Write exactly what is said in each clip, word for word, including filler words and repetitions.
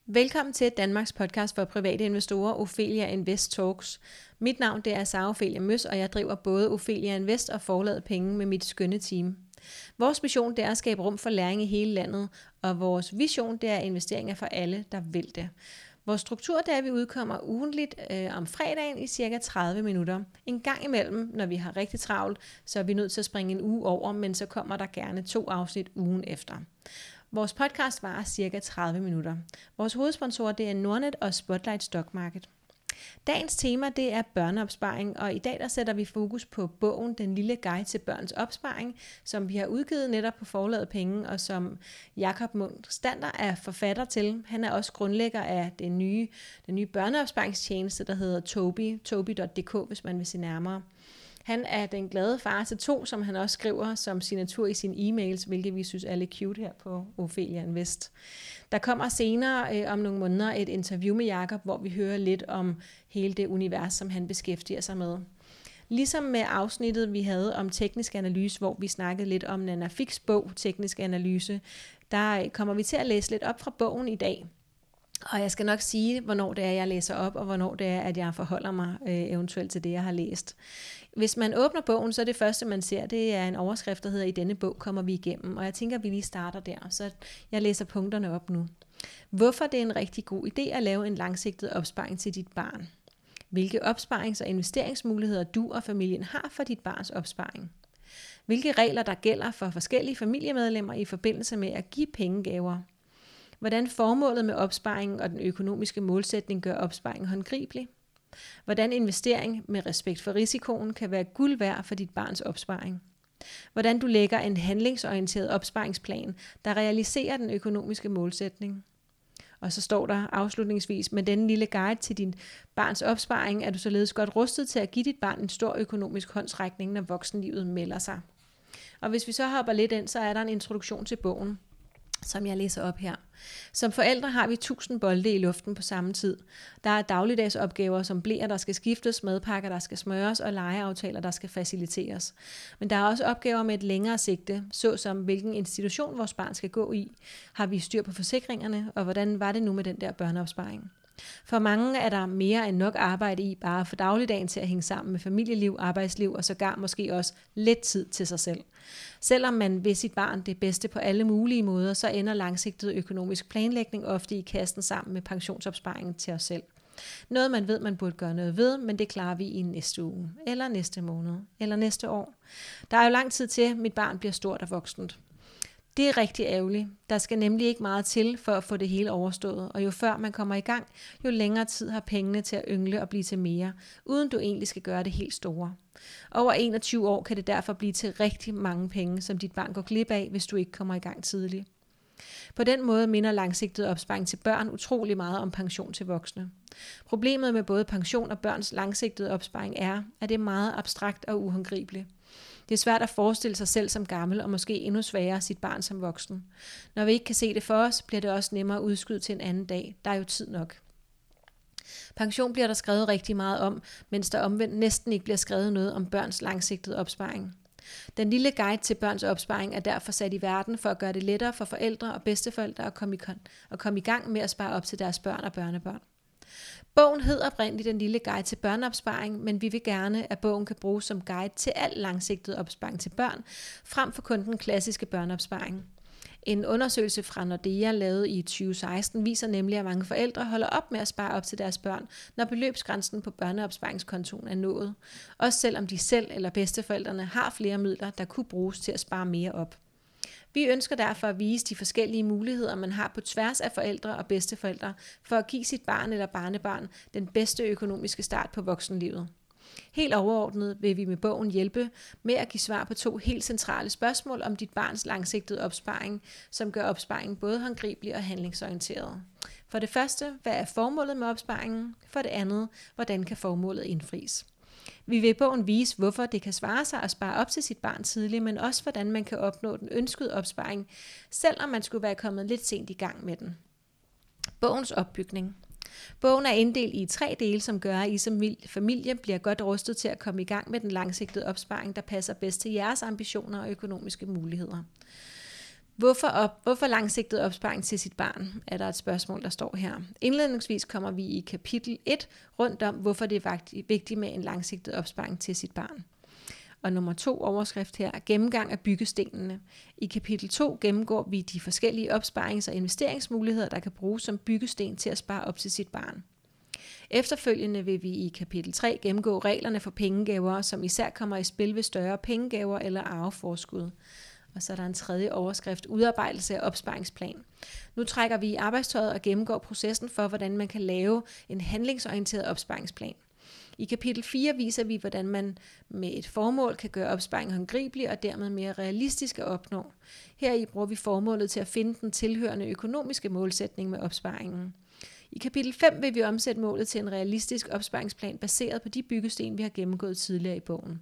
Velkommen til Danmarks podcast for private investorer, Ophelia Invest Talks. Mit navn det er Sara Ophelia Møs, og jeg driver både Ophelia Invest og Forlaget Penge med mit skønne team. Vores mission det er at skabe rum for læring i hele landet, og vores vision det er investeringer for alle, der vil det. Vores struktur det er, at vi udkommer ugentligt øh, om fredagen i cirka tredive minutter. En gang imellem, når vi har rigtig travlt, så er vi nødt til at springe en uge over, men så kommer der gerne to afsnit ugen efter. Vores podcast varer cirka tredive minutter. Vores hovedsponsorer det er Nordnet og Spotlight Stock Market. Dagens tema det er børneopsparing, og i dag der sætter vi fokus på bogen Den lille guide til børns opsparing, som vi har udgivet netop på Forlaget Penge, og som Jakob Munk Stander er forfatter til. Han er også grundlægger af den nye, den nye børneopsparingstjeneste, der hedder Toby, toby punktum d k, hvis man vil se nærmere. Han er den glade far til to, som han også skriver som signatur i sine e-mails, hvilket vi synes er lidt cute her på Ophelia Invest. Der kommer senere øh, om nogle måneder et interview med Jakob, hvor vi hører lidt om hele det univers, som han beskæftiger sig med. Ligesom med afsnittet, vi havde om teknisk analyse, hvor vi snakkede lidt om Nana Fiks bog, Teknisk Analyse, der kommer vi til at læse lidt op fra bogen i dag. Og jeg skal nok sige, hvornår det er, jeg læser op, og hvornår det er, at jeg forholder mig øh, eventuelt til det, jeg har læst. Hvis man åbner bogen, så er det første, man ser, det er en overskrift, der hedder, i denne bog kommer vi igennem. Og jeg tænker, at vi lige starter der, så jeg læser punkterne op nu. Hvorfor det er en rigtig god idé at lave en langsigtet opsparing til dit barn? Hvilke opsparings- og investeringsmuligheder du og familien har for dit barns opsparing? Hvilke regler, der gælder for forskellige familiemedlemmer i forbindelse med at give pengegaver? Hvordan formålet med opsparingen og den økonomiske målsætning gør opsparingen håndgribelig? Hvordan investering med respekt for risikoen kan være guld værd for dit barns opsparing? Hvordan du lægger en handlingsorienteret opsparingsplan, der realiserer den økonomiske målsætning? Og så står der afslutningsvis, med denne lille guide til din barns opsparing, er du således godt rustet til at give dit barn en stor økonomisk håndsrækning, når voksenlivet melder sig. Og hvis vi så hopper lidt ind, så er der en introduktion til bogen, som jeg læser op her. Som forældre har vi tusind bolde i luften på samme tid. Der er dagligdags opgaver som bleer, der skal skiftes, madpakker, der skal smøres og legeaftaler, der skal faciliteres. Men der er også opgaver med et længere sigte, såsom hvilken institution vores barn skal gå i. Har vi styr på forsikringerne, og hvordan var det nu med den der børneopsparing? For mange er der mere end nok arbejde i bare for dagligdagen til at hænge sammen med familieliv, arbejdsliv og sågar måske også lidt tid til sig selv. Selvom man vil sit barn det bedste på alle mulige måder, så ender langsigtet økonomisk planlægning ofte i kassen sammen med pensionsopsparingen til os selv. Noget man ved, man burde gøre noget ved, men det klarer vi i næste uge, eller næste måned, eller næste år. Der er jo lang tid til, at mit barn bliver stort og voksent. Det er rigtig ærgerligt. Der skal nemlig ikke meget til for at få det hele overstået, og jo før man kommer i gang, jo længere tid har pengene til at yngle og blive til mere, uden du egentlig skal gøre det helt store. Over enogtyve år kan det derfor blive til rigtig mange penge, som dit barn går glip af, hvis du ikke kommer i gang tidligt. På den måde minder langsigtet opsparing til børn utrolig meget om pension til voksne. Problemet med både pension og børns langsigtede opsparing er, at det er meget abstrakt og uhåndgribeligt. Det er svært at forestille sig selv som gammel, og måske endnu sværere sit barn som voksen. Når vi ikke kan se det for os, bliver det også nemmere at udskyde til en anden dag. Der er jo tid nok. Pension bliver der skrevet rigtig meget om, mens der omvendt næsten ikke bliver skrevet noget om børns langsigtede opsparing. Den lille guide til børns opsparing er derfor sat i verden for at gøre det lettere for forældre og bedsteforældre at komme i, at komme i gang med at spare op til deres børn og børnebørn. Bogen hed oprindeligt Den lille guide til børneopsparing, men vi vil gerne, at bogen kan bruges som guide til al langsigtet opsparing til børn, frem for kun den klassiske børneopsparing. En undersøgelse fra Nordea lavet i tyve seksten viser nemlig, at mange forældre holder op med at spare op til deres børn, når beløbsgrænsen på børneopsparingskontoen er nået, også selvom de selv eller bedsteforældrene har flere midler, der kunne bruges til at spare mere op. Vi ønsker derfor at vise de forskellige muligheder, man har på tværs af forældre og bedsteforældre, for at give sit barn eller barnebarn den bedste økonomiske start på voksenlivet. Helt overordnet vil vi med bogen hjælpe med at give svar på to helt centrale spørgsmål om dit barns langsigtede opsparing, som gør opsparingen både håndgribelig og handlingsorienteret. For det første, hvad er formålet med opsparingen? For det andet, hvordan kan formålet indfries? Vi vil i bogen vise, hvorfor det kan svare sig at spare op til sit barn tidligt, men også hvordan man kan opnå den ønskede opsparing, selvom man skulle være kommet lidt sent i gang med den. Bogens opbygning. Bogen er inddelt i tre dele, som gør, at I som familie bliver godt rustet til at komme i gang med den langsigtede opsparing, der passer bedst til jeres ambitioner og økonomiske muligheder. Hvorfor, op, hvorfor langsigtet opsparing til sit barn, er der et spørgsmål, der står her. Indledningsvis kommer vi i kapitel et rundt om, hvorfor det er vigtigt med en langsigtet opsparing til sit barn. Og nummer to overskrift her er gennemgang af byggestenene. I kapitel to gennemgår vi de forskellige opsparings- og investeringsmuligheder, der kan bruges som byggesten til at spare op til sit barn. Efterfølgende vil vi i kapitel tre gennemgå reglerne for pengegaver, som især kommer i spil ved større pengegaver eller arveforskud. Og så er der en tredje overskrift, udarbejdelse af opsparingsplan. Nu trækker vi i arbejdstøjet og gennemgår processen for, hvordan man kan lave en handlingsorienteret opsparingsplan. I kapitel fire viser vi, hvordan man med et formål kan gøre opsparing håndgribelig og dermed mere realistisk at opnå. Heri bruger vi formålet til at finde den tilhørende økonomiske målsætning med opsparingen. I kapitel fem vil vi omsætte målet til en realistisk opsparingsplan baseret på de byggesten, vi har gennemgået tidligere i bogen.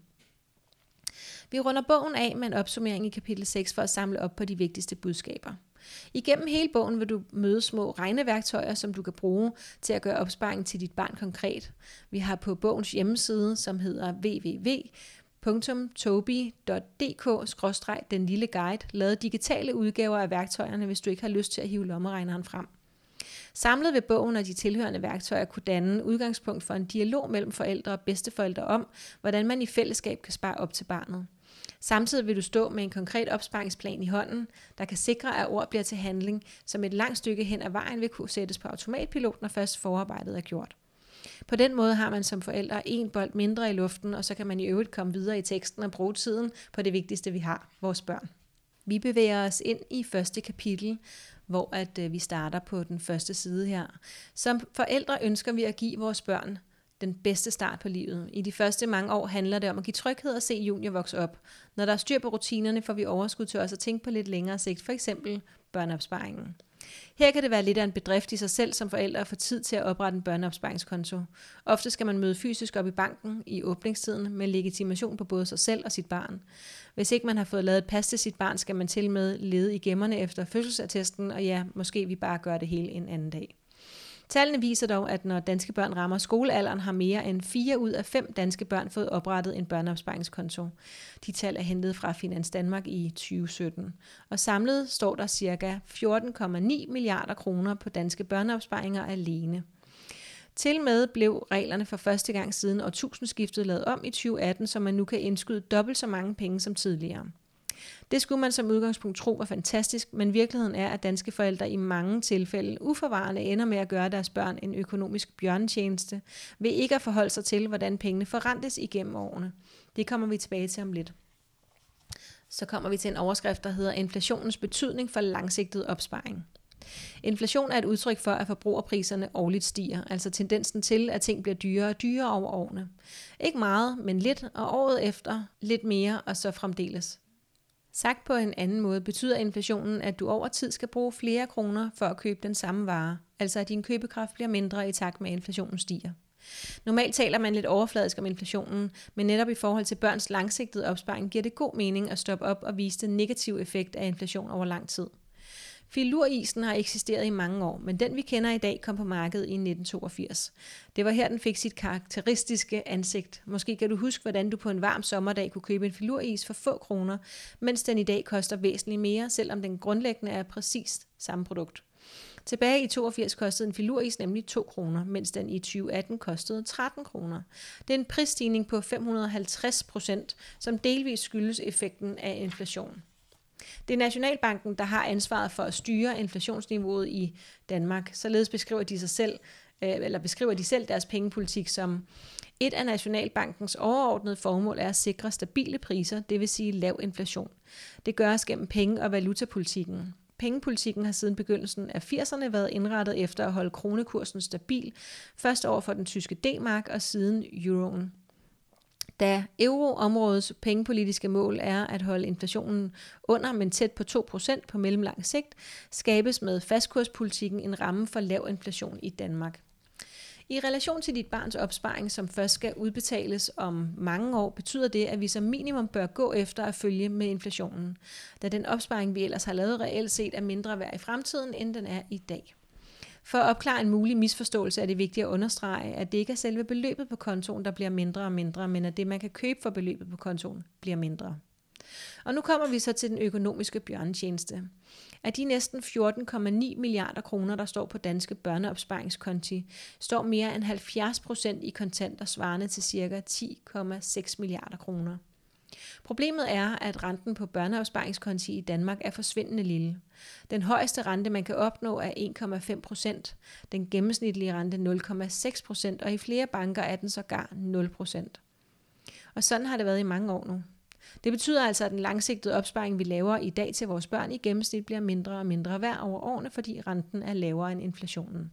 Vi runder bogen af med en opsummering i kapitel seks for at samle op på de vigtigste budskaber. Igennem hele bogen vil du møde små regneværktøjer, som du kan bruge til at gøre opsparingen til dit barn konkret. Vi har på bogens hjemmeside, som hedder w w w punktum toby punktum d k skråstreg den lille guide, lavet digitale udgaver af værktøjerne, hvis du ikke har lyst til at hive lommeregneren frem. Samlet vil bogen og de tilhørende værktøjer kunne danne udgangspunkt for en dialog mellem forældre og bedsteforældre om, hvordan man i fællesskab kan spare op til barnet. Samtidig vil du stå med en konkret opsparingsplan i hånden, der kan sikre, at ord bliver til handling, som et langt stykke hen ad vejen vil kunne sættes på automatpilot, når først forarbejdet er gjort. På den måde har man som forældre en bold mindre i luften, og så kan man i øvrigt komme videre i teksten og bruge tiden på det vigtigste, vi har, vores børn. Vi bevæger os ind i første kapitel, hvor at, øh, vi starter på den første side her. Som forældre ønsker vi at give vores børn den bedste start på livet. I de første mange år handler det om at give tryghed og se junior vokse op. Når der er styr på rutinerne, får vi overskud til også at tænke på lidt længere sigt, for eksempel børneopsparingen. Her kan det være lidt af en bedrift i sig selv som forældre at få tid til at oprette en børneopsparingskonto. Ofte skal man møde fysisk op i banken i åbningstiden med legitimation på både sig selv og sit barn. Hvis ikke man har fået lavet et pas til sit barn, skal man til med lede i gemmerne efter fødselsattesten, og ja, måske vi bare gør det hele en anden dag. Tallene viser dog, at når danske børn rammer skolealderen, har mere end fire ud af fem danske børn fået oprettet en børneopsparingskonto. De tal er hentet fra Finans Danmark i tyve sytten. Og samlet står der ca. fjorten komma ni milliarder kroner på danske børneopsparinger alene. Til med blev reglerne for første gang siden årtusindskiftet lavet om i tyve atten, så man nu kan indskyde dobbelt så mange penge som tidligere. Det skulle man som udgangspunkt tro var fantastisk, men virkeligheden er, at danske forældre i mange tilfælde uforvarende ender med at gøre deres børn en økonomisk bjørnetjeneste, ved ikke at forholde sig til, hvordan pengene forrentes igennem årene. Det kommer vi tilbage til om lidt. Så kommer vi til en overskrift, der hedder inflationens betydning for langsigtet opsparing. Inflation er et udtryk for, at forbrugerpriserne årligt stiger, altså tendensen til, at ting bliver dyrere og dyrere over årene. Ikke meget, men lidt, og året efter lidt mere, og så fremdeles. Sagt på en anden måde betyder inflationen, at du over tid skal bruge flere kroner for at købe den samme vare, altså at din købekraft bliver mindre i takt med, at inflationen stiger. Normalt taler man lidt overfladisk om inflationen, men netop i forhold til børns langsigtede opsparing giver det god mening at stoppe op og vise den negative effekt af inflation over lang tid. Filurisen har eksisteret i mange år, men den vi kender i dag kom på markedet i nitten toogfirs. Det var her, den fik sit karakteristiske ansigt. Måske kan du huske, hvordan du på en varm sommerdag kunne købe en filuris for få kroner, mens den i dag koster væsentligt mere, selvom den grundlæggende er præcis samme produkt. Tilbage i toogfirs kostede en filuris nemlig to kroner, mens den i tyve atten kostede tretten kroner. Det er en prisstigning på fem hundrede og halvtreds procent, som delvis skyldes effekten af inflation. Det er Nationalbanken, der har ansvaret for at styre inflationsniveauet i Danmark. Således beskriver de sig selv, eller beskriver de selv deres pengepolitik som: et af Nationalbankens overordnede formål er at sikre stabile priser, det vil sige lav inflation. Det gøres gennem penge- og valutapolitikken. Pengepolitikken har siden begyndelsen af firserne været indrettet efter at holde kronekursen stabil, først over for den tyske D-mark og siden euroen. Da euroområdets pengepolitiske mål er at holde inflationen under, men tæt på to procent på mellemlang sigt, skabes med fastkurspolitikken en ramme for lav inflation i Danmark. I relation til dit barns opsparing, som først skal udbetales om mange år, betyder det, at vi som minimum bør gå efter at følge med inflationen, da den opsparing, vi ellers har lavet, reelt set er mindre værd i fremtiden, end den er i dag. For at opklare en mulig misforståelse er det vigtigt at understrege, at det ikke er selve beløbet på kontoen, der bliver mindre og mindre, men at det, man kan købe for beløbet på kontoen, bliver mindre. Og nu kommer vi så til den økonomiske bjørnetjeneste. Af de næsten fjorten komma ni milliarder kroner, der står på danske børneopsparingskonti, står mere end halvfjerds procent i kontanter svarende til ca. ti komma seks milliarder kroner. Problemet er, at renten på børneopsparingskonti i Danmark er forsvindende lille. Den højeste rente, man kan opnå, er en komma fem procent, den gennemsnitlige rente nul komma seks procent, og i flere banker er den sågar nul procent. Og sådan har det været i mange år nu. Det betyder altså, at den langsigtede opsparing, vi laver i dag til vores børn, i gennemsnit bliver mindre og mindre værd over årene, fordi renten er lavere end inflationen.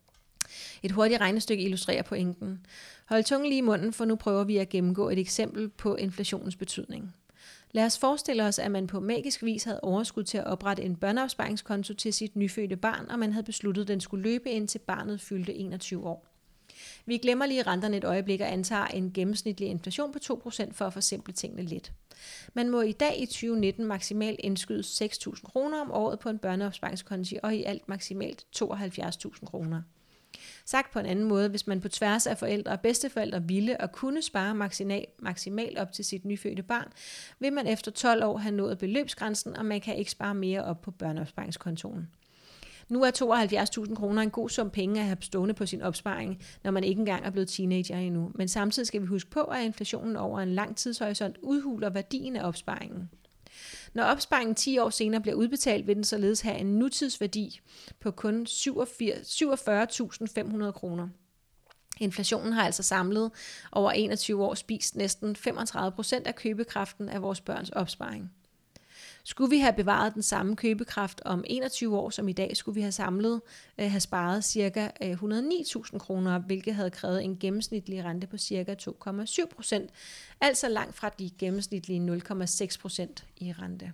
Et hurtigt regnestykke illustrerer pointen. Hold tungen lige i munden, for nu prøver vi at gennemgå et eksempel på inflationens betydning. Lad os forestille os, at man på magisk vis havde overskud til at oprette en børneopsparingskonto til sit nyfødte barn, og man havde besluttet, at den skulle løbe indtil barnet fyldte enogtyve år. Vi glemmer lige renterne et øjeblik og antager en gennemsnitlig inflation på to procent for at forsimple tingene lidt. Man må i dag i tyve nitten maksimalt indskyde seks tusind kroner om året på en børneopsparingskonto og i alt maksimalt tooghalvfjerds tusind kroner. Sagt på en anden måde, hvis man på tværs af forældre og bedsteforældre ville og kunne spare maksimalt op til sit nyfødte barn, vil man efter tolv år have nået beløbsgrænsen, og man kan ikke spare mere op på børneopsparingskontoen. Nu er tooghalvfjerds tusind kroner en god sum penge at have stående på sin opsparing, når man ikke engang er blevet teenager endnu. Men samtidig skal vi huske på, at inflationen over en lang tidshorisont udhuler værdien af opsparingen. Når opsparingen ti år senere bliver udbetalt, vil den således have en nutidsværdi på kun syvogfyrre tusind fem hundrede kroner. Inflationen har altså samlet over enogtyve år spist næsten femogtredive procent af købekraften af vores børns opsparing. Skulle vi have bevaret den samme købekraft om enogtyve år som i dag, skulle vi have samlet øh, have sparet ca. et hundrede og ni tusind kroner, hvilket havde krævet en gennemsnitlig rente på ca. to komma syv procent, altså langt fra de gennemsnitlige nul komma seks procent i rente.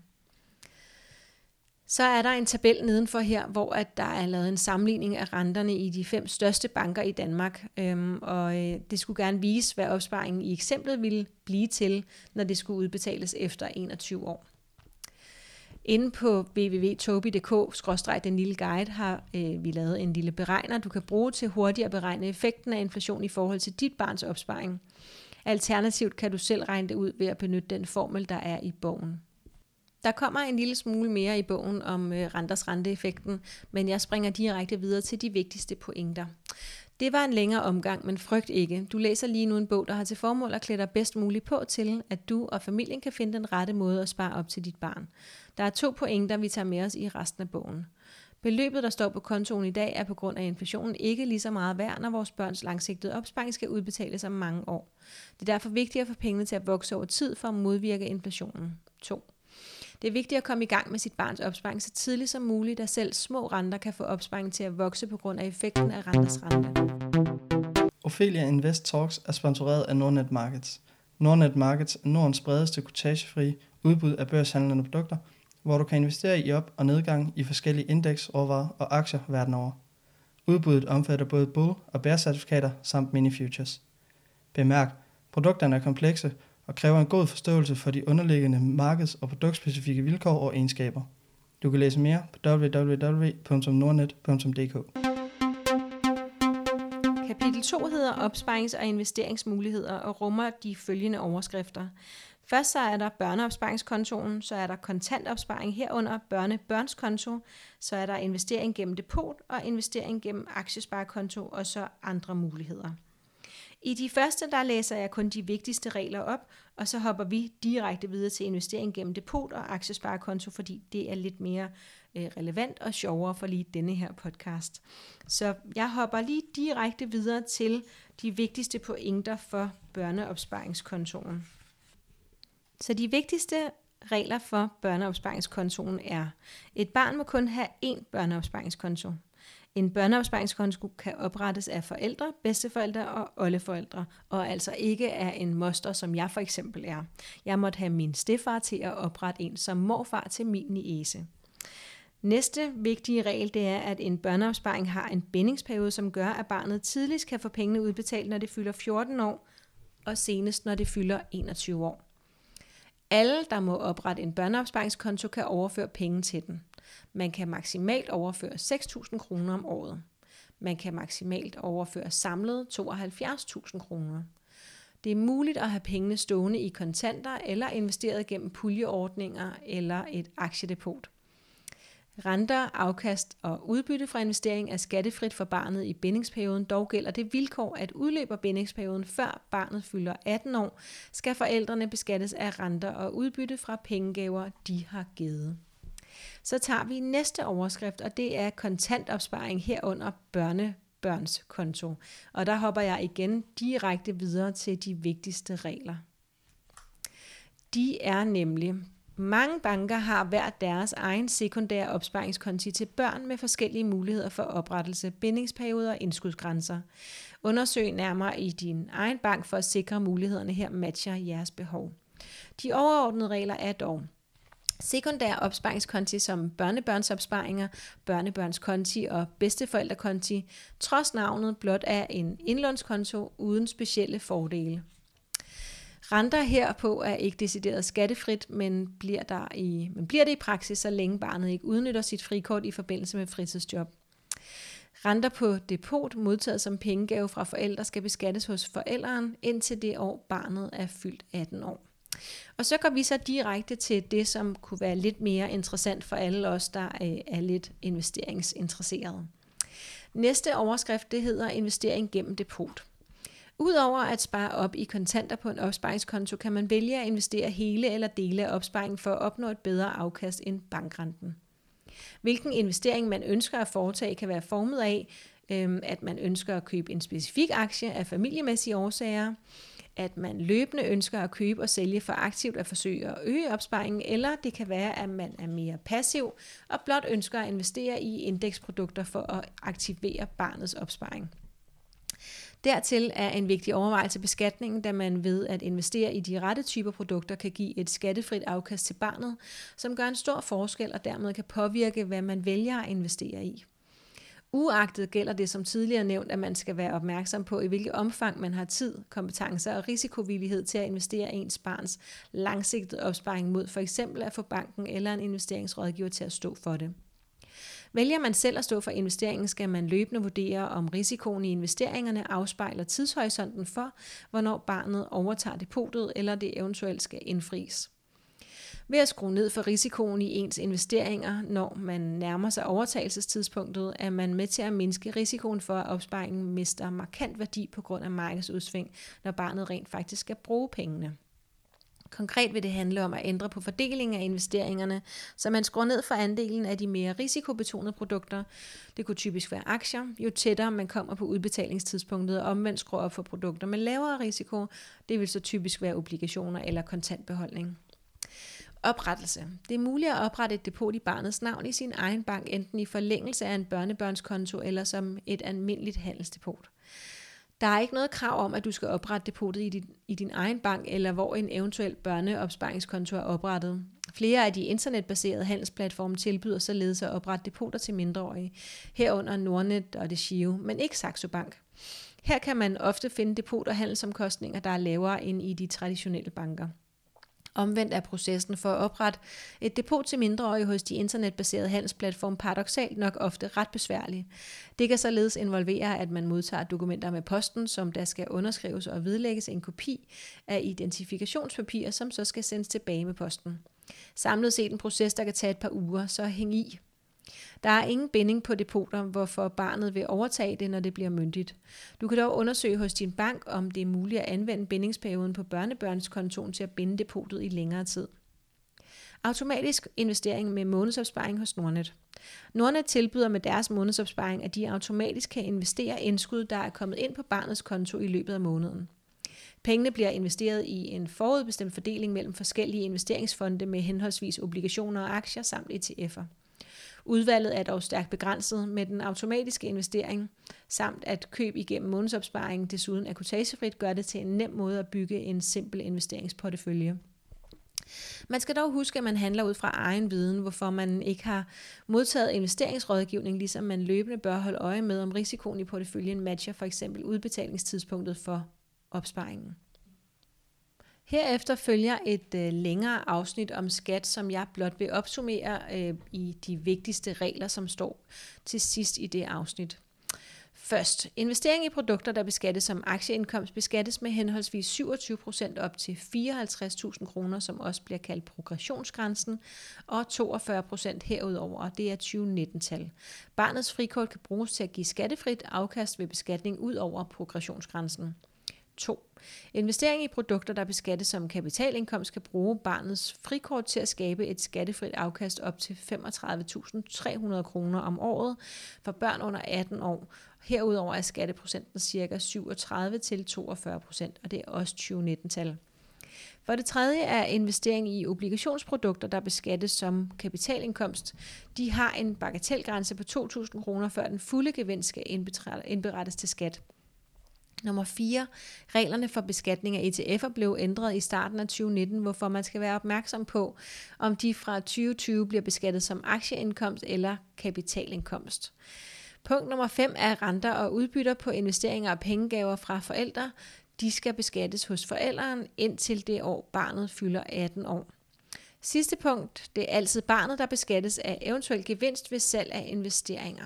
Så er der en tabel nedenfor her, hvor at der er lavet en sammenligning af renterne i de fem største banker i Danmark, øhm, og øh, det skulle gerne vise, hvad opsparingen i eksemplet ville blive til, når det skulle udbetales efter enogtyve år. Inde på w w w punktum tobi punktum d k skråstreg den lille guide har øh, vi lavet en lille beregner, du kan bruge til hurtigt at beregne effekten af inflation i forhold til dit barns opsparing. Alternativt kan du selv regne det ud ved at benytte den formel, der er i bogen. Der kommer en lille smule mere i bogen om øh, renters renteeffekten, men jeg springer direkte videre til de vigtigste pointer. Det var en længere omgang, men frygt ikke. Du læser lige nu en bog, der har til formål at klæde dig bedst muligt på til, at du og familien kan finde den rette måde at spare op til dit barn. Der er to pointer, vi tager med os i resten af bogen. Beløbet, der står på kontoen i dag, er på grund af inflationen ikke lige så meget værd, når vores børns langsigtede opsparing skal udbetales om mange år. Det er derfor vigtigt at få pengene til at vokse over tid for at modvirke inflationen. to. Det er vigtigt at komme i gang med sit barns opsparing så tidligt som muligt, da selv små renter kan få opsparingen til at vokse på grund af effekten af renters rente. Ophelia Invest Talks er sponsoreret af Nordnet Markets. Nordnet Markets er Nordens bredeste kortagefri udbud af børshandlende produkter, hvor du kan investere i op- og nedgang i forskellige indeks, råvarer og aktier verden over. Udbuddet omfatter både bull- og bear-certifikater samt mini-futures. Bemærk, produkterne er komplekse og kræver en god forståelse for de underliggende markeds- og produktspecifikke vilkår og egenskaber. Du kan læse mere på w w w punktum nordnet punktum d k. Kapitel to hedder opsparings- og investeringsmuligheder og rummer de følgende overskrifter. Først så er der børneopsparingskontoen, så er der kontantopsparing herunder børnebørnskonto, så er der investering gennem depot og investering gennem aktiesparekonto og så andre muligheder. I de første, der læser jeg kun de vigtigste regler op, og så hopper vi direkte videre til investering gennem depot og aktiesparekonto, fordi det er lidt mere øh, relevant og sjovere for lige denne her podcast. Så jeg hopper lige direkte videre til de vigtigste pointer for børneopsparingskontoen. Så de vigtigste regler for børneopsparingskontoen er, et barn må kun have én børneopsparingskonto. En børneopsparingskonto kan oprettes af forældre, bedsteforældre og oldeforældre, og altså ikke af en moster, som jeg for eksempel er. Jeg måtte have min stedfar til at oprette en som morfar til min niece. Næste vigtige regel, det er, at en børneopsparing har en bindingsperiode, som gør, at barnet tidligst kan få pengene udbetalt, når det fylder fjorten år, og senest når det fylder enogtyve år. Alle, der må oprette en børneopsparingskonto, kan overføre penge til den. Man kan maksimalt overføre seks tusind kroner om året. Man kan maksimalt overføre samlet tooghalvfjerds tusind kroner. Det er muligt at have pengene stående i kontanter eller investeret gennem puljeordninger eller et aktiedepot. Renter, afkast og udbytte fra investering er skattefrit for barnet i bindingsperioden, dog gælder det vilkår, at udløber bindingsperioden før barnet fylder atten år, skal forældrene beskattes af renter og udbytte fra pengegaver, de har givet. Så tager vi næste overskrift, og det er kontantopsparing herunder børnebørnskonto. Og der hopper jeg igen direkte videre til de vigtigste regler. De er nemlig: mange banker har hver deres egen sekundære opsparingskonti til børn med forskellige muligheder for oprettelse, bindingsperioder og indskudsgrænser. Undersøg nærmere i din egen bank for at sikre, at mulighederne her matcher jeres behov. De overordnede regler er dog: sekundære opsparingskonti som børnebørnsopsparinger, børnebørnskonti og bedsteforældrekonti, trods navnet blot er en indlånskonto uden specielle fordele. Renter herpå er ikke decideret skattefrit, men bliver, der i, men bliver det i praksis, så længe barnet ikke udnytter sit frikort i forbindelse med fritidsjob. Renter på depot modtaget som pengegave fra forældre skal beskattes hos forældren indtil det år barnet er fyldt atten år. Og så går vi så direkte til det, som kunne være lidt mere interessant for alle os, der er lidt investeringsinteresserede. Næste overskrift, det hedder investering gennem depot. Udover at spare op i kontanter på en opsparingskonto, kan man vælge at investere hele eller dele af opsparingen for at opnå et bedre afkast end bankrenten. Hvilken investering man ønsker at foretage kan være formet af, at man ønsker at købe en specifik aktie af familiemæssige årsager, at man løbende ønsker at købe og sælge for aktivt at forsøge at øge opsparingen, eller det kan være, at man er mere passiv og blot ønsker at investere i indeksprodukter for at aktivere barnets opsparing. Dertil er en vigtig overvejelse beskatningen, da man ved at investere i de rette typer produkter kan give et skattefrit afkast til barnet, som gør en stor forskel og dermed kan påvirke, hvad man vælger at investere i. Uagtet gælder det som tidligere nævnt, at man skal være opmærksom på, i hvilket omfang man har tid, kompetencer og risikovillighed til at investere ens barns langsigtede opsparing mod for eksempel at få banken eller en investeringsrådgiver til at stå for det. Vælger man selv at stå for investeringen, skal man løbende vurdere, om risikoen i investeringerne afspejler tidshorisonten for, hvornår barnet overtager depotet, eller det eventuelt skal indfries. Ved at skrue ned for risikoen i ens investeringer, når man nærmer sig overtagelsestidspunktet, er man med til at mindske risikoen for, at opsparingen mister markant værdi på grund af markedsudsving, når barnet rent faktisk skal bruge pengene. Konkret vil det handle om at ændre på fordelingen af investeringerne, så man skruer ned for andelen af de mere risikobetonede produkter. Det kunne typisk være aktier, jo tættere man kommer på udbetalingstidspunktet, og omvendt skruer op for produkter med lavere risiko. Det vil så typisk være obligationer eller kontantbeholdning. Oprettelse. Det er muligt at oprette et depot i barnets navn i sin egen bank, enten i forlængelse af en børnebørnskonto eller som et almindeligt handelsdepot. Der er ikke noget krav om, at du skal oprette depotet i din, i din egen bank, eller hvor en eventuel børneopsparingskonto er oprettet. Flere af de internetbaserede handelsplatforme tilbyder således at oprette depoter til mindreårige, herunder Nordnet og DEGIRO, men ikke Saxo Bank. Her kan man ofte finde depot- og handelsomkostninger, der er lavere end i de traditionelle banker. Omvendt er processen for at oprette et depot til mindreårige hos de internetbaserede handelsplatforme paradoksalt nok ofte ret besværlig. Det kan således involvere, at man modtager dokumenter med posten, som der skal underskrives og vedlægges en kopi af identifikationspapirer, som så skal sendes tilbage med posten. Samlet set en proces, der kan tage et par uger, så hæng i. Der er ingen binding på depoter, hvorfor barnet vil overtage det, når det bliver myndigt. Du kan dog undersøge hos din bank, om det er muligt at anvende bindingsperioden på børnebørnskontoen til at binde depotet i længere tid. Automatisk investering med månedsopsparing hos Nordnet. Nordnet tilbyder med deres månedsopsparing, at de automatisk kan investere indskud, der er kommet ind på barnets konto i løbet af måneden. Pengene bliver investeret i en forudbestemt fordeling mellem forskellige investeringsfonde med henholdsvis obligationer og aktier samt E T F'er. Udvalget er dog stærkt begrænset med den automatiske investering, samt at køb igennem månedsopsparingen desuden er kortagefrit, gør det til en nem måde at bygge en simpel investeringsportefølje. Man skal dog huske, at man handler ud fra egen viden, hvorfor man ikke har modtaget investeringsrådgivning, ligesom man løbende bør holde øje med, om risikoen i porteføljen matcher for eksempel udbetalingstidspunktet for opsparingen. Herefter følger et øh, længere afsnit om skat, som jeg blot vil opsummere øh, i de vigtigste regler, som står til sidst i det afsnit. Først, investering i produkter, der beskattes som aktieindkomst, beskattes med henholdsvis syvogtyve procent op til fireoghalvtreds tusind kroner, som også bliver kaldt progressionsgrænsen, og toogfyrre procent herudover, og det er tyve nitten-tal. Barnets frikort kan bruges til at give skattefrit afkast ved beskatning ud over progressionsgrænsen. to. Investering i produkter, der beskattes som kapitalindkomst, kan bruge barnets frikort til at skabe et skattefrit afkast op til femogtredive tusind tre hundrede kroner om året for børn under atten år. Herudover er skatteprocenten ca. syvogtredive til toogfyrre procent, og det er også tyve nitten-tal. For det tredje er investering i obligationsprodukter, der beskattes som kapitalindkomst. De har en bagatelgrænse på to tusind kroner, før den fulde gevinst skal indberettes til skat. Nummer fire. Reglerne for beskatning af E T F'er blev ændret i starten af tyve nitten, hvorfor man skal være opmærksom på, om de fra tyve tyve bliver beskattet som aktieindkomst eller kapitalindkomst. Punkt nummer fem er renter og udbytter på investeringer og pengegaver fra forældre. De skal beskattes hos forældren indtil det år barnet fylder atten år. Sidste punkt. Det er altid barnet, der beskattes af eventuel gevinst ved salg af investeringer.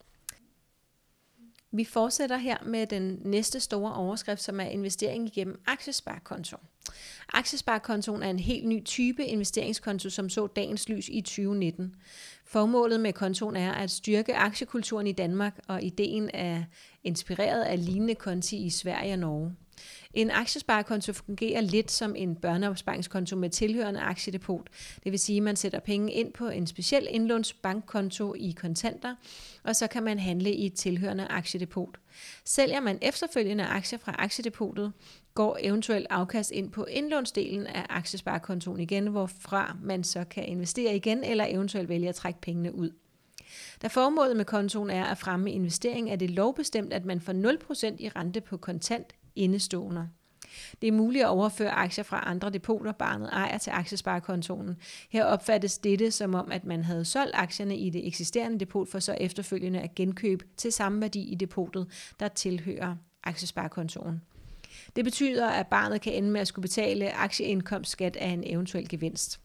Vi fortsætter her med den næste store overskrift, som er investering igennem aktiesparekonto. Aktiesparekontoen er en helt ny type investeringskonto, som så dagens lys i tyve nitten. Formålet med kontoen er at styrke aktiekulturen i Danmark, og ideen er inspireret af lignende konti i Sverige og Norge. En aktiesparekonto fungerer lidt som en børneopsparingskonto med tilhørende aktiedepot. Det vil sige, at man sætter penge ind på en speciel indlånsbankkonto i kontanter, og så kan man handle i et tilhørende aktiedepot. Sælger man efterfølgende aktier fra aktiedepotet, går eventuelt afkast ind på indlånsdelen af aktiesparekontoen igen, hvorfra man så kan investere igen eller eventuelt vælge at trække pengene ud. Da formålet med kontoen er at fremme investering, er det lovbestemt, at man får nul procent i rente på kontant indestående. Det er muligt at overføre aktier fra andre depoter, barnet ejer, til aktiesparekontoen. Her opfattes dette som om, at man havde solgt aktierne i det eksisterende depot for så efterfølgende at genkøbe til samme værdi i depotet, der tilhører aktiesparekontoen. Det betyder, at barnet kan ende med at skulle betale aktieindkomstskat af en eventuel gevinst.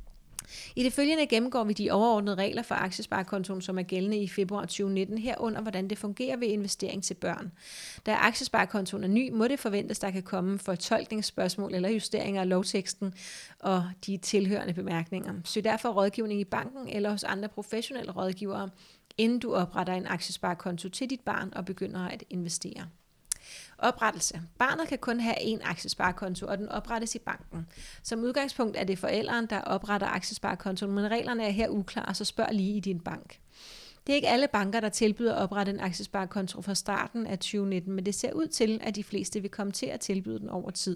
I det følgende gennemgår vi de overordnede regler for aktiesparekontoen, som er gældende i februar tyve nitten, herunder hvordan det fungerer ved investering til børn. Da aktiesparekontoen er ny, må det forventes, der kan komme fortolkningsspørgsmål eller justeringer af lovteksten og de tilhørende bemærkninger. Søg derfor rådgivning i banken eller hos andre professionelle rådgivere, inden du opretter en aktiesparekonto til dit barn og begynder at investere. Oprettelse. Barnet kan kun have én aktiesparekonto, og den oprettes i banken. Som udgangspunkt er det forældrene, der opretter aktiesparekontoen, men reglerne er her uklare, så spørg lige i din bank. Det er ikke alle banker, der tilbyder at oprette en aktiesparekonto fra starten af tyve nitten, men det ser ud til, at de fleste vil komme til at tilbyde den over tid.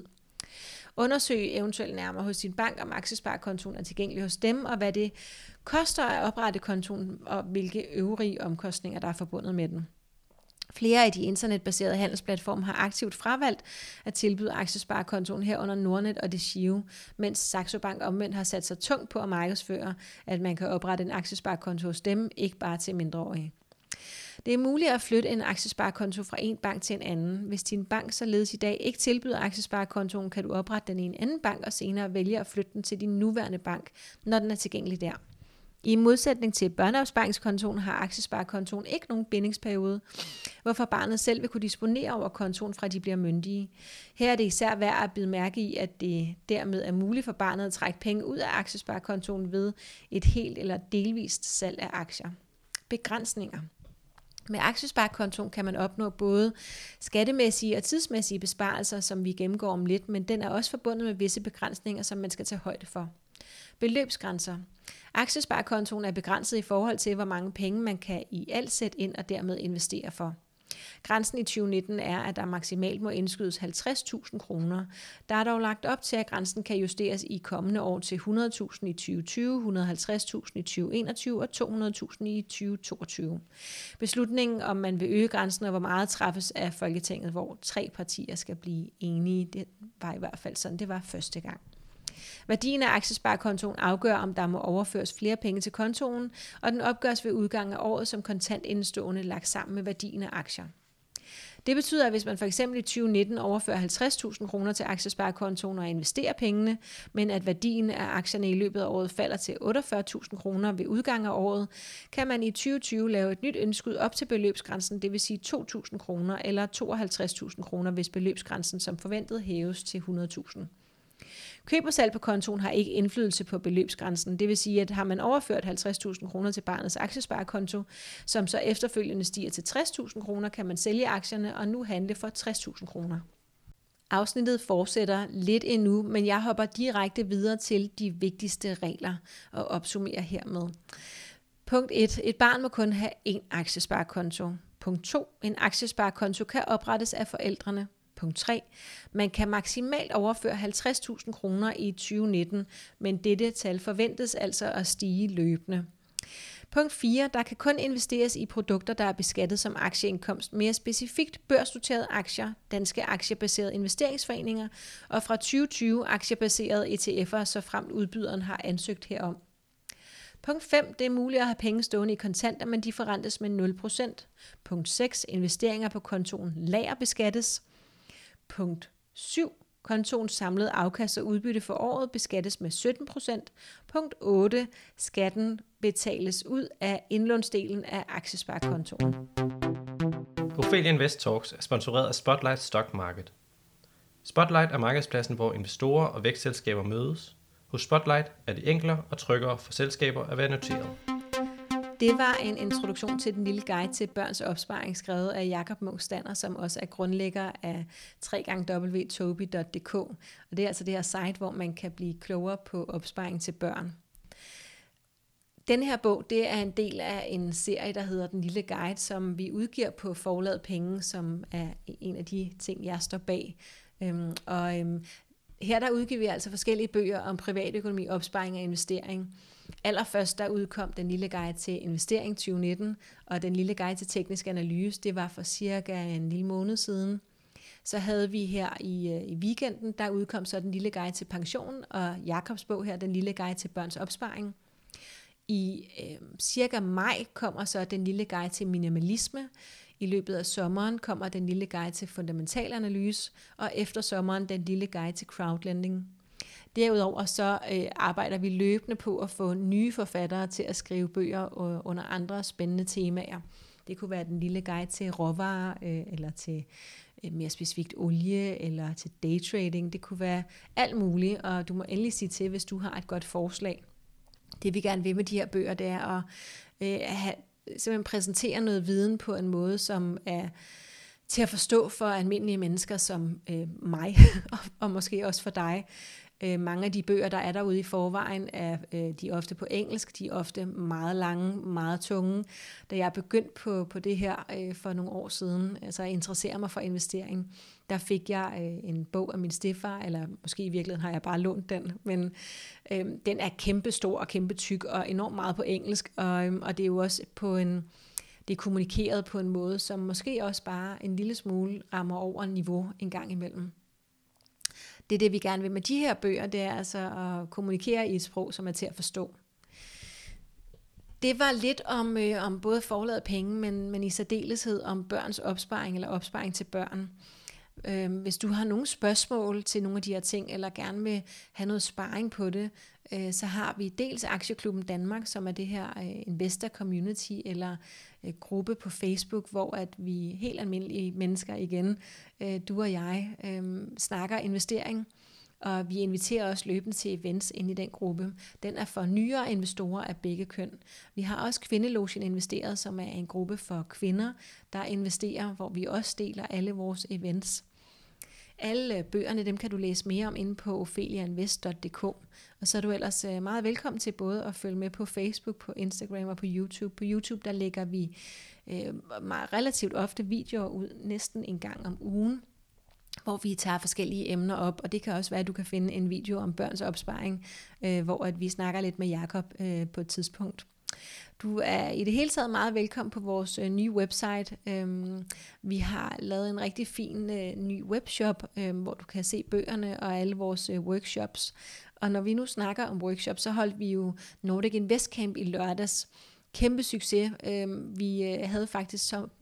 Undersøg eventuelt nærmere hos din bank, om aktiesparekontoen er tilgængelig hos dem, og hvad det koster at oprette kontoen, og hvilke øvrige omkostninger, der er forbundet med den. Flere af de internetbaserede handelsplatforme har aktivt fravalgt at tilbyde aktiesparekontoen herunder Nordnet og Desio, mens Saxo Bank omvendt har sat sig tungt på at markedsføre, at man kan oprette en aktiesparekonto hos dem, ikke bare til mindreårige. Det er muligt at flytte en aktiesparekonto fra en bank til en anden. Hvis din bank således i dag ikke tilbyder aktiesparekontoen, kan du oprette den i en anden bank og senere vælge at flytte den til din nuværende bank, når den er tilgængelig der. I modsætning til børneopsparingskontoen har aktiesparekontoen ikke nogen bindingsperiode, hvorfor barnet selv vil kunne disponere over kontoen fra de bliver myndige. Her er det især værd at bide mærke i, at det dermed er muligt for barnet at trække penge ud af aktiesparekontoen ved et helt eller delvist salg af aktier. Begrænsninger. Med aktiesparekontoen kan man opnå både skattemæssige og tidsmæssige besparelser, som vi gennemgår om lidt, men den er også forbundet med visse begrænsninger, som man skal tage højde for. Beløbsgrænser. Aktiesparekontoen er begrænset i forhold til, hvor mange penge man kan i alt sætte ind og dermed investere for. Grænsen i tyve nitten er, at der maksimalt må indskydes halvtreds tusind kroner. Der er dog lagt op til, at grænsen kan justeres i kommende år til hundrede tusind i tyve tyve, et hundrede og halvtreds tusind i tyve enogtyve og to hundrede tusind i tyve toogtyve. Beslutningen om man vil øge grænsen og hvor meget træffes af Folketinget, hvor tre partier skal blive enige, det var i hvert fald sådan, det var første gang. Værdien af aktiesparekontoen afgør, om der må overføres flere penge til kontoen, og den opgøres ved udgangen af året som kontant indestående lagt sammen med værdien af aktier. Det betyder, at hvis man for eksempel i tyve nitten overfører halvtreds tusind kroner til aktiesparekontoen og investerer pengene, men at værdien af aktierne i løbet af året falder til otteogfyrre tusind kroner ved udgang af året, kan man i tyve tyve lave et nyt indskud op til beløbsgrænsen, det vil sige to tusind kroner eller tooghalvtreds tusind kroner, hvis beløbsgrænsen som forventet hæves til hundrede tusind. Køb og salg på kontoen har ikke indflydelse på beløbsgrænsen. Det vil sige, at har man overført halvtreds tusind kroner til barnets aktiesparekonto, som så efterfølgende stiger til tres tusind kroner, kan man sælge aktierne og nu handle for tres tusind kroner. Afsnittet fortsætter lidt endnu, men jeg hopper direkte videre til de vigtigste regler og opsummerer hermed. Punkt et. Et barn må kun have én aktiesparekonto. Punkt to. En aktiesparekonto kan oprettes af forældrene. Punkt tre. Man kan maksimalt overføre halvtreds tusind kroner i tyve nitten, men dette tal forventes altså at stige løbende. Punkt fire. Der kan kun investeres i produkter, der er beskattet som aktieindkomst, mere specifikt børsnoterede aktier, danske aktiebaserede investeringsforeninger og fra tyve tyve aktiebaserede E T F'er, så fremt udbyderen har ansøgt herom. Punkt fem. Det er muligt at have penge stående i kontanter, men de forrentes med nul procent. Punkt seks. Investeringer på kontoen lager beskattes. Punkt syv. Kontoens samlede afkast og udbytte for året beskattes med sytten procent. Punkt otte. Skatten betales ud af indlånsdelen af aktiesparekontoen. Ophelia Invest Talks er sponsoreret af Spotlight Stock Market. Spotlight er markedspladsen, hvor investorer og vækstselskaber mødes. Hos Spotlight er det enklere og tryggere for selskaber at være noteret. Det var en introduktion til den lille guide til børns opsparing, skrevet af Jakob Munk Stander, som også er grundlægger af w w w punktum toby punktum d k. Og det er altså det her site, hvor man kan blive klogere på opsparing til børn. Den her bog, det er en del af en serie, der hedder Den Lille Guide, som vi udgiver på Forlaget Penge, som er en af de ting, jeg står bag. Øhm, og øhm, her der udgiver vi altså forskellige bøger om privatøkonomi, opsparing og investering. Allerførst der udkom Den Lille Guide til Investering tyve nitten, og Den Lille Guide til Teknisk Analyse, det var for cirka en lille måned siden. Så havde vi her i, i weekenden, der udkom så Den Lille Guide til Pension, og Jakobs bog her, Den Lille Guide til Børns Opsparing. I øh, cirka maj kommer så Den Lille Guide til Minimalisme. I løbet af sommeren kommer Den Lille Guide til Fundamental Analyse, og efter sommeren Den Lille Guide til Crowdlending. Derudover så øh, arbejder vi løbende på at få nye forfattere til at skrive bøger under andre spændende temaer. Det kunne være Den Lille Guide til råvarer, øh, eller til øh, mere specifikt olie, eller til daytrading. Det kunne være alt muligt, og du må endelig sige til, hvis du har et godt forslag. Det vi gerne vil med de her bøger, det er at øh, have, simpelthen præsentere noget viden på en måde, som er til at forstå for almindelige mennesker som øh, mig, og, og måske også for dig. Øh, mange af de bøger, der er derude i forvejen, er øh, de er ofte på engelsk, de er ofte meget lange, meget tunge. Da jeg begyndte på, på det her øh, for nogle år siden, altså jeg interesserer mig for investering, der fik jeg øh, en bog af min stedfar, eller måske i virkeligheden har jeg bare lånt den, men øh, den er kæmpe stor og kæmpe tyk og enormt meget på engelsk, og, øh, og det er jo også på en, det er kommunikeret på en måde, som måske også bare en lille smule rammer over niveau en gang imellem. Det er det, vi gerne vil med de her bøger, det er altså at kommunikere i et sprog, som er til at forstå. Det var lidt om, øh, om både Forlaget Penge, men, men i særdeleshed om børns opsparing eller opsparing til børn. Øh, hvis du har nogle spørgsmål til nogle af de her ting, eller gerne vil have noget sparring på det, øh, så har vi dels Aktieklubben Danmark, som er det her øh, investor community, eller øh, gruppe på Facebook, hvor at vi helt almindelige mennesker igen, øh, du og jeg, øh, snakker investering. Og vi inviterer også løbende til events ind i den gruppe. Den er for nyere investorer af begge køn. Vi har også Kvindelogen Investeret, som er en gruppe for kvinder, der investerer, hvor vi også deler alle vores events. Alle bøgerne, dem kan du læse mere om inde på ophelia invest punktum d k. Og så er du ellers meget velkommen til både at følge med på Facebook, på Instagram og på YouTube. På YouTube, der lægger vi øh, meget relativt ofte videoer ud, næsten en gang om ugen, hvor vi tager forskellige emner op, og det kan også være, at du kan finde en video om børns opsparing, øh, hvor at vi snakker lidt med Jakob øh, på et tidspunkt. Du er i det hele taget meget velkommen på vores øh, nye website. Øhm, vi har lavet en rigtig fin øh, ny webshop, øh, hvor du kan se bøgerne og alle vores øh, workshops. Og når vi nu snakker om workshops, så holdt vi jo Nordic Invest Camp i lørdags. Kæmpe succes. Øh, vi øh, havde faktisk så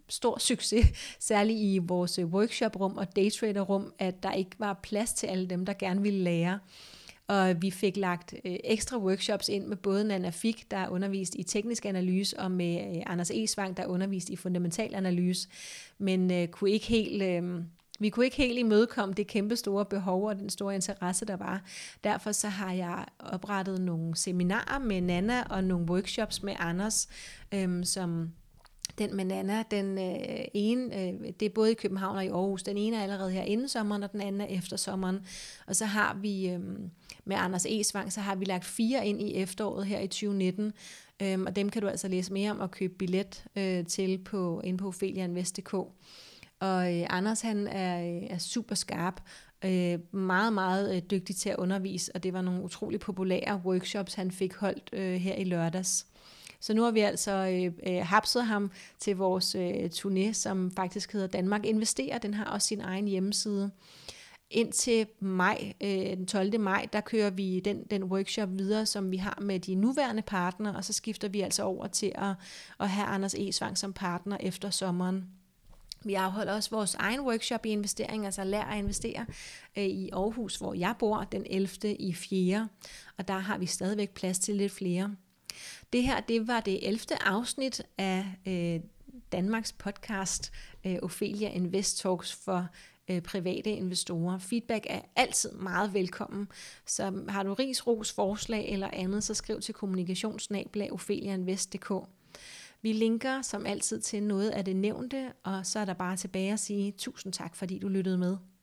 stor succes, særligt i vores workshop-rum og daytrader-rum, at der ikke var plads til alle dem, der gerne ville lære. Og vi fik lagt øh, ekstra workshops ind med både Nana Fik, der er undervist i teknisk analyse, og med øh, Anders Esvang, der er undervist i fundamental analyse, men øh, kunne ikke helt... Øh, Vi kunne ikke helt imødekomme det kæmpe store behov og den store interesse, der var. Derfor så har jeg oprettet nogle seminarer med Nana og nogle workshops med Anders, øhm, som den med Nana, den øh, ene, øh, det er både i København og i Aarhus. Den ene er allerede her inden sommeren, og den anden er efter sommeren. Og så har vi øh, med Anders Esvang, så har vi lagt fire ind i efteråret her i tyve nitten, øhm, og dem kan du altså læse mere om og købe billet øh, til på, inde på ophelia invest punktum d k. Og øh, Anders, han er, er super skarp, øh, meget, meget øh, dygtig til at undervise, og det var nogle utrolig populære workshops, han fik holdt øh, her i lørdags. Så nu har vi altså øh, øh, hapset ham til vores øh, turné, som faktisk hedder Danmark Investerer. Den har også sin egen hjemmeside. Indtil maj, øh, den tolvte maj, der kører vi den, den workshop videre, som vi har med de nuværende partnere, og så skifter vi altså over til at, at have Anders Esvang som partner efter sommeren. Vi afholder også vores egen workshop i investering, altså lær at investere, øh, i Aarhus, hvor jeg bor, den ellevte i fjerde, og der har vi stadigvæk plads til lidt flere. Det her, det var det ellevte afsnit af øh, Danmarks podcast øh, Ophelia Invest Talks for øh, private investorer. Feedback er altid meget velkommen, så har du ris, ros, forslag eller andet, så skriv til kommunikation snabel-a ophelia invest punktum d k. Vi linker som altid til noget af det nævnte, og så er der bare tilbage at sige tusind tak, fordi du lyttede med.